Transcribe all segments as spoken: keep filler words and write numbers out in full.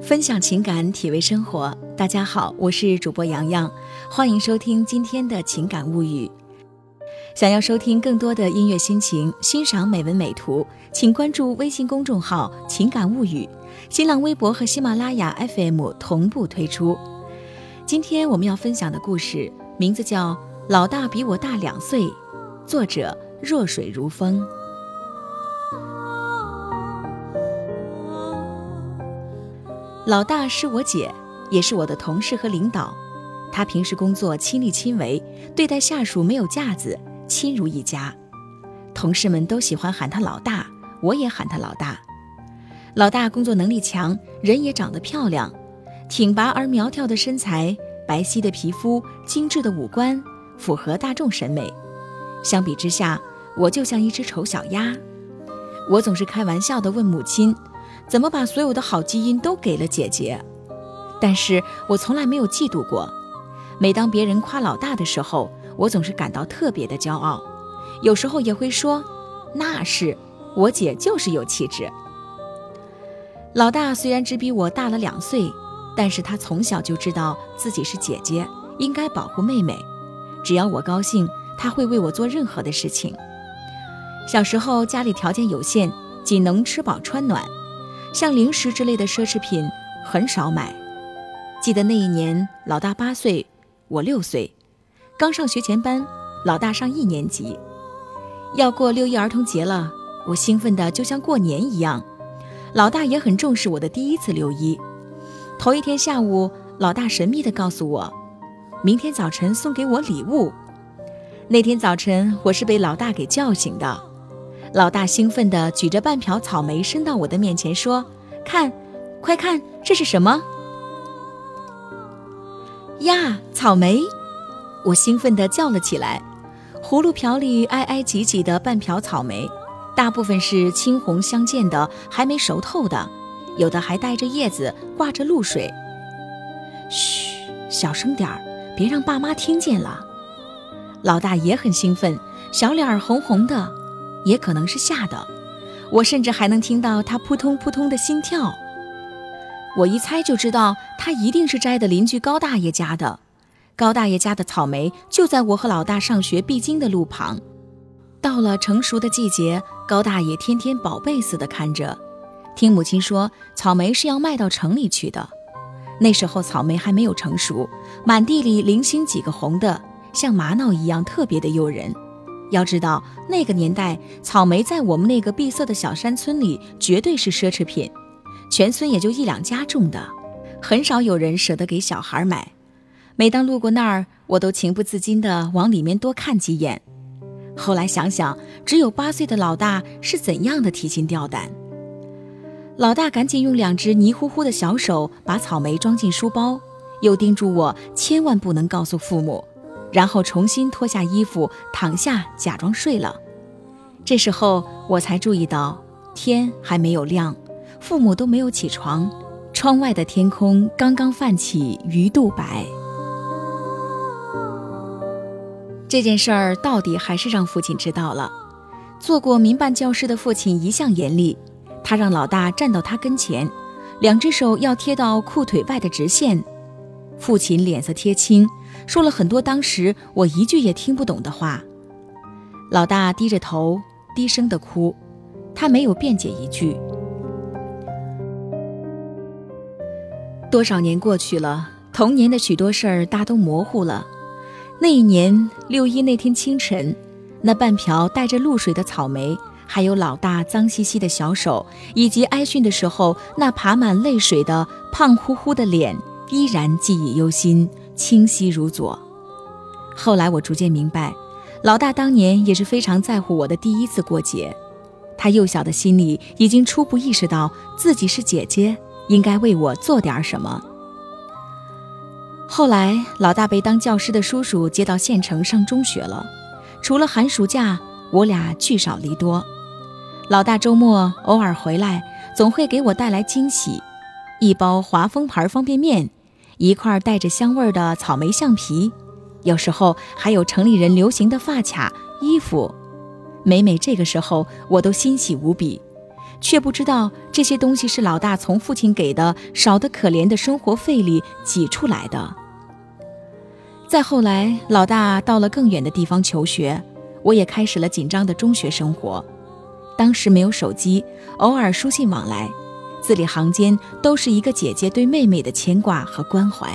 分享情感，体味生活。大家好，我是主播洋洋，欢迎收听今天的情感物语。想要收听更多的音乐心情，欣赏美文美图，请关注微信公众号情感物语，新浪微博和喜马拉雅 F M 同步推出。今天我们要分享的故事名字叫《老大比我大两岁》，作者弱水如风。老大是我姐，也是我的同事和领导。她平时工作亲力亲为，对待下属没有架子，亲如一家。同事们都喜欢喊她老大，我也喊她老大。老大工作能力强，人也长得漂亮，挺拔而苗条的身材，白皙的皮肤，精致的五官，符合大众审美。相比之下，我就像一只丑小鸭。我总是开玩笑地问母亲，怎么把所有的好基因都给了姐姐？但是我从来没有嫉妒过。每当别人夸老大的时候，我总是感到特别的骄傲，有时候也会说，那是，我姐就是有气质。老大虽然只比我大了两岁，但是她从小就知道自己是姐姐，应该保护妹妹。只要我高兴，她会为我做任何的事情。小时候家里条件有限，仅能吃饱穿暖，像零食之类的奢侈品很少买。记得那一年，老大八岁，我六岁，刚上学前班，老大上一年级。要过六一儿童节了，我兴奋的就像过年一样。老大也很重视我的第一次六一。头一天下午，老大神秘地告诉我，明天早晨送给我礼物。那天早晨，我是被老大给叫醒的。老大兴奋地举着半瓢草莓伸到我的面前说，看，快看，这是什么？呀，草莓！我兴奋地叫了起来。葫芦瓢里挨挨挤挤的半瓢草莓，大部分是青红相间的，还没熟透的，有的还带着叶子，挂着露水。嘘，小声点儿，别让爸妈听见了。老大也很兴奋，小脸儿红红的，也可能是吓的，我甚至还能听到他扑通扑通的心跳。我一猜就知道他一定是摘的邻居高大爷家的。高大爷家的草莓就在我和老大上学必经的路旁。到了成熟的季节，高大爷天天宝贝似的看着。听母亲说，草莓是要卖到城里去的。那时候草莓还没有成熟，满地里零星几个红的，像玛瑙一样特别的诱人。要知道那个年代，草莓在我们那个闭塞的小山村里绝对是奢侈品，全村也就一两家种的，很少有人舍得给小孩买。每当路过那儿，我都情不自禁地往里面多看几眼。后来想想，只有八岁的老大是怎样的提心吊胆。老大赶紧用两只泥乎乎的小手把草莓装进书包，又叮嘱我千万不能告诉父母，然后重新脱下衣服躺下假装睡了。这时候我才注意到天还没有亮，父母都没有起床，窗外的天空刚刚泛起鱼肚白。这件事儿到底还是让父亲知道了。做过民办教师的父亲一向严厉，他让老大站到他跟前，两只手要贴到裤腿外的直线。父亲脸色贴青，说了很多当时我一句也听不懂的话。老大低着头低声地哭，他没有辩解一句。多少年过去了，童年的许多事儿大都模糊了。那一年六一那天清晨，那半瓢带着露水的草莓，还有老大脏兮兮的小手，以及挨训的时候那爬满泪水的胖乎乎的脸，依然记忆犹新，清晰如昨。后来我逐渐明白，老大当年也是非常在乎我的第一次过节。他幼小的心里已经初步意识到自己是姐姐，应该为我做点什么。后来老大被当教师的叔叔接到县城上中学了，除了寒暑假，我俩聚少离多。老大周末偶尔回来，总会给我带来惊喜，一包华丰牌方便面，一块带着香味的草莓橡皮，有时候还有城里人流行的发卡、衣服。每每这个时候，我都欣喜无比， 却不知道这些东西是老大从父亲给的少得可怜的生活费里挤出来的。再后来，老大到了更远的地方求学，我也开始了紧张的中学生活。当时没有手机，偶尔书信往来，字里行间都是一个姐姐对妹妹的牵挂和关怀。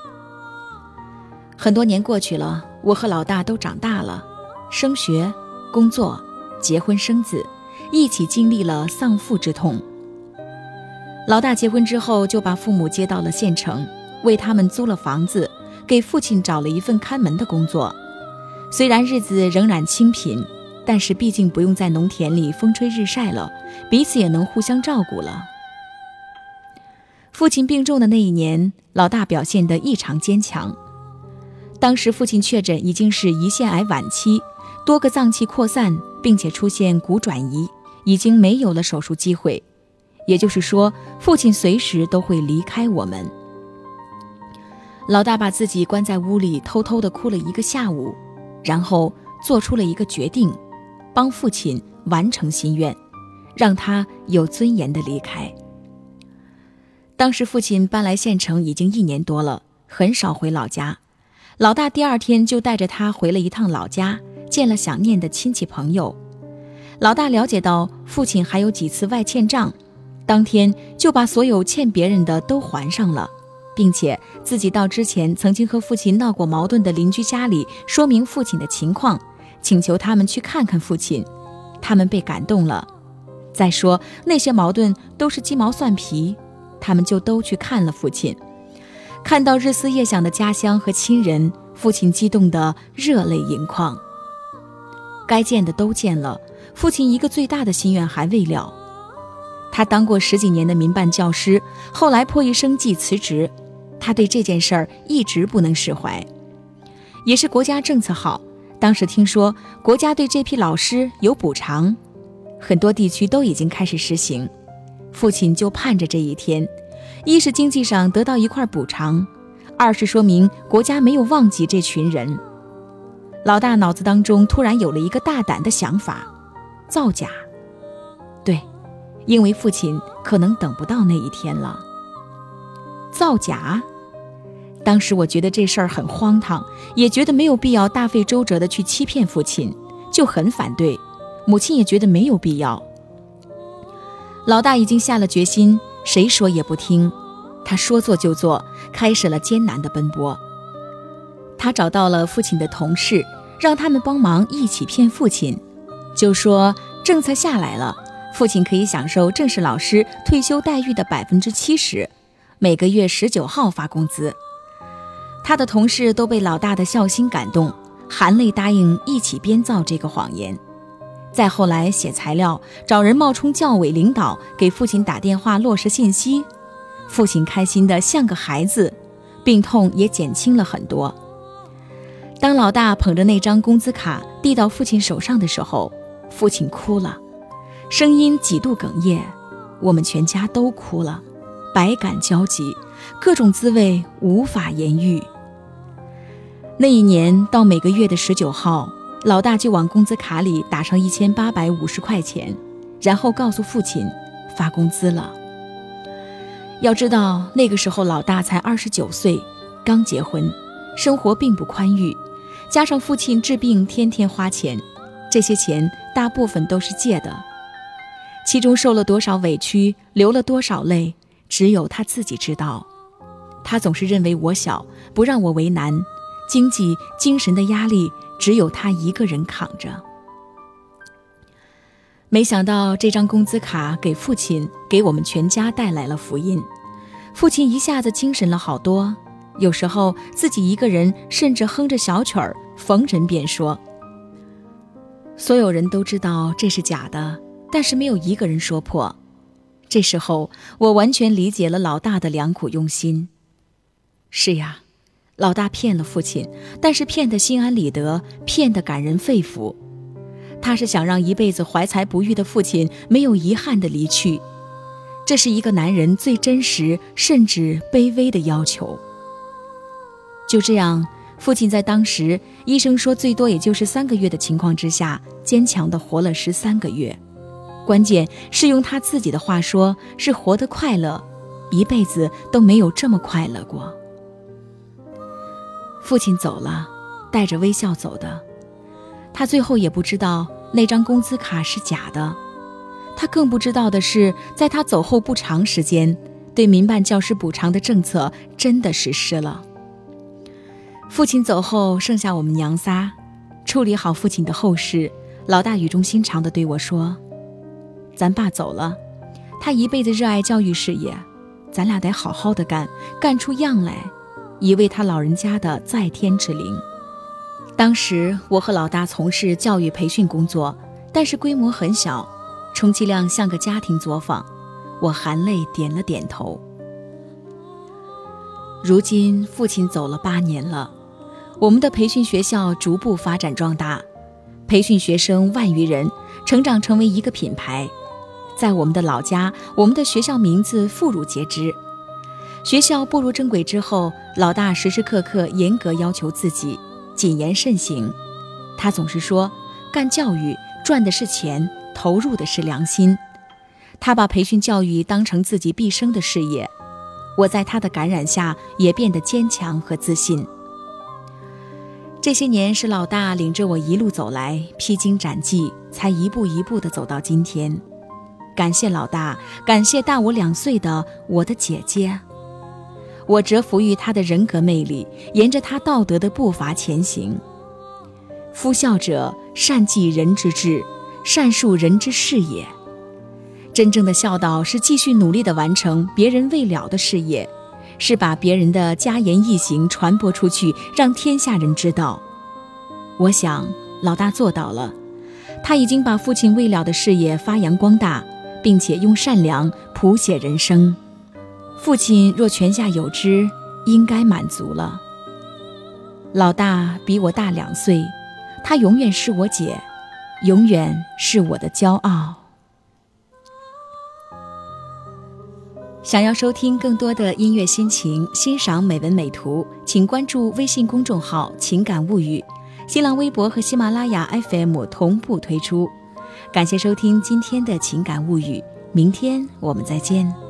很多年过去了，我和老大都长大了，升学、工作、结婚生子，一起经历了丧父之痛。老大结婚之后就把父母接到了县城，为他们租了房子，给父亲找了一份看门的工作。虽然日子仍然清贫，但是毕竟不用在农田里风吹日晒了，彼此也能互相照顾了。父亲病重的那一年，老大表现得异常坚强。当时父亲确诊已经是胰腺癌晚期，多个脏器扩散，并且出现骨转移，已经没有了手术机会。也就是说，父亲随时都会离开我们。老大把自己关在屋里，偷偷地哭了一个下午，然后做出了一个决定，帮父亲完成心愿，让他有尊严地离开。当时父亲搬来县城已经一年多了，很少回老家。老大第二天就带着他回了一趟老家，见了想念的亲戚朋友。老大了解到父亲还有几次外欠账，当天就把所有欠别人的都还上了，并且自己到之前曾经和父亲闹过矛盾的邻居家里说明父亲的情况，请求他们去看看父亲。他们被感动了。再说那些矛盾都是鸡毛蒜皮，他们就都去看了父亲。看到日思夜想的家乡和亲人，父亲激动得热泪盈眶。该见的都见了，父亲一个最大的心愿还未了。他当过十几年的民办教师，后来迫于生计辞职，他对这件事儿一直不能释怀。也是国家政策好，当时听说国家对这批老师有补偿，很多地区都已经开始实行。父亲就盼着这一天，一是经济上得到一块补偿，二是说明国家没有忘记这群人。老大脑子当中突然有了一个大胆的想法，造假。对，因为父亲可能等不到那一天了。造假？当时我觉得这事儿很荒唐，也觉得没有必要大费周折地去欺骗父亲，就很反对。母亲也觉得没有必要。老大已经下了决心，谁说也不听，他说做就做，开始了艰难的奔波。他找到了父亲的同事，让他们帮忙一起骗父亲，就说政策下来了，父亲可以享受正式老师退休待遇的百分之七十，每个月十九号发工资。他的同事都被老大的孝心感动，含泪答应一起编造这个谎言。再后来写材料，找人冒充教委领导给父亲打电话落实信息，父亲开心得像个孩子，病痛也减轻了很多。当老大捧着那张工资卡递到父亲手上的时候，父亲哭了，声音几度哽咽，我们全家都哭了，百感交集，各种滋味无法言喻。那一年到每个月的十九号，老大就往工资卡里打上一千八百五十块钱，然后告诉父亲发工资了。要知道那个时候老大才二十九岁，刚结婚，生活并不宽裕，加上父亲治病天天花钱，这些钱大部分都是借的，其中受了多少委屈，流了多少泪，只有他自己知道。他总是认为我小，不让我为难，经济精神的压力只有他一个人扛着。没想到这张工资卡给父亲给我们全家带来了福音，父亲一下子精神了好多，有时候自己一个人甚至哼着小曲儿，逢人便说。所有人都知道这是假的，但是没有一个人说破。这时候我完全理解了老大的良苦用心。是呀，老大骗了父亲，但是骗得心安理得，骗得感人肺腑。他是想让一辈子怀才不遇的父亲没有遗憾地离去，这是一个男人最真实甚至卑微的要求。就这样，父亲在当时医生说最多也就是三个月的情况之下，坚强地活了十三个月。 关键是用他自己的话说，是活得快乐，一辈子都没有这么快乐过。父亲走了，带着微笑走的，他最后也不知道那张工资卡是假的。他更不知道的是，在他走后不长时间，对民办教师补偿的政策真的实施了。父亲走后，剩下我们娘仨，处理好父亲的后事，老大语重心长地对我说，咱爸走了，他一辈子热爱教育事业，咱俩得好好的干，干出样来，以为他老人家的在天之灵。当时我和老大从事教育培训工作，但是规模很小，充其量像个家庭作坊。我含泪点了点头。如今父亲走了八年了，我们的培训学校逐步发展壮大，培训学生万余人，成长成为一个品牌。在我们的老家，我们的学校名字妇孺皆知。学校步入正轨之后，老大时时刻刻严格要求自己，谨言慎行。他总是说，干教育赚的是钱，投入的是良心。他把培训教育当成自己毕生的事业。我在他的感染下也变得坚强和自信。这些年是老大领着我一路走来，披荆斩棘，才一步一步地走到今天。感谢老大，感谢大我两岁的我的姐姐。我折服于他的人格魅力，沿着他道德的步伐前行。夫孝者，善济人之志，善述人之事也。真正的孝道是继续努力地完成别人未了的事业，是把别人的佳言义行传播出去，让天下人知道。我想老大做到了，他已经把父亲未了的事业发扬光大，并且用善良谱写人生。父亲若泉下有知，应该满足了。老大比我大两岁，他永远是我姐，永远是我的骄傲。想要收听更多的音乐心情，欣赏美文美图，请关注微信公众号情感物语，新浪微博和喜马拉雅 F M 同步推出。感谢收听今天的情感物语，明天我们再见。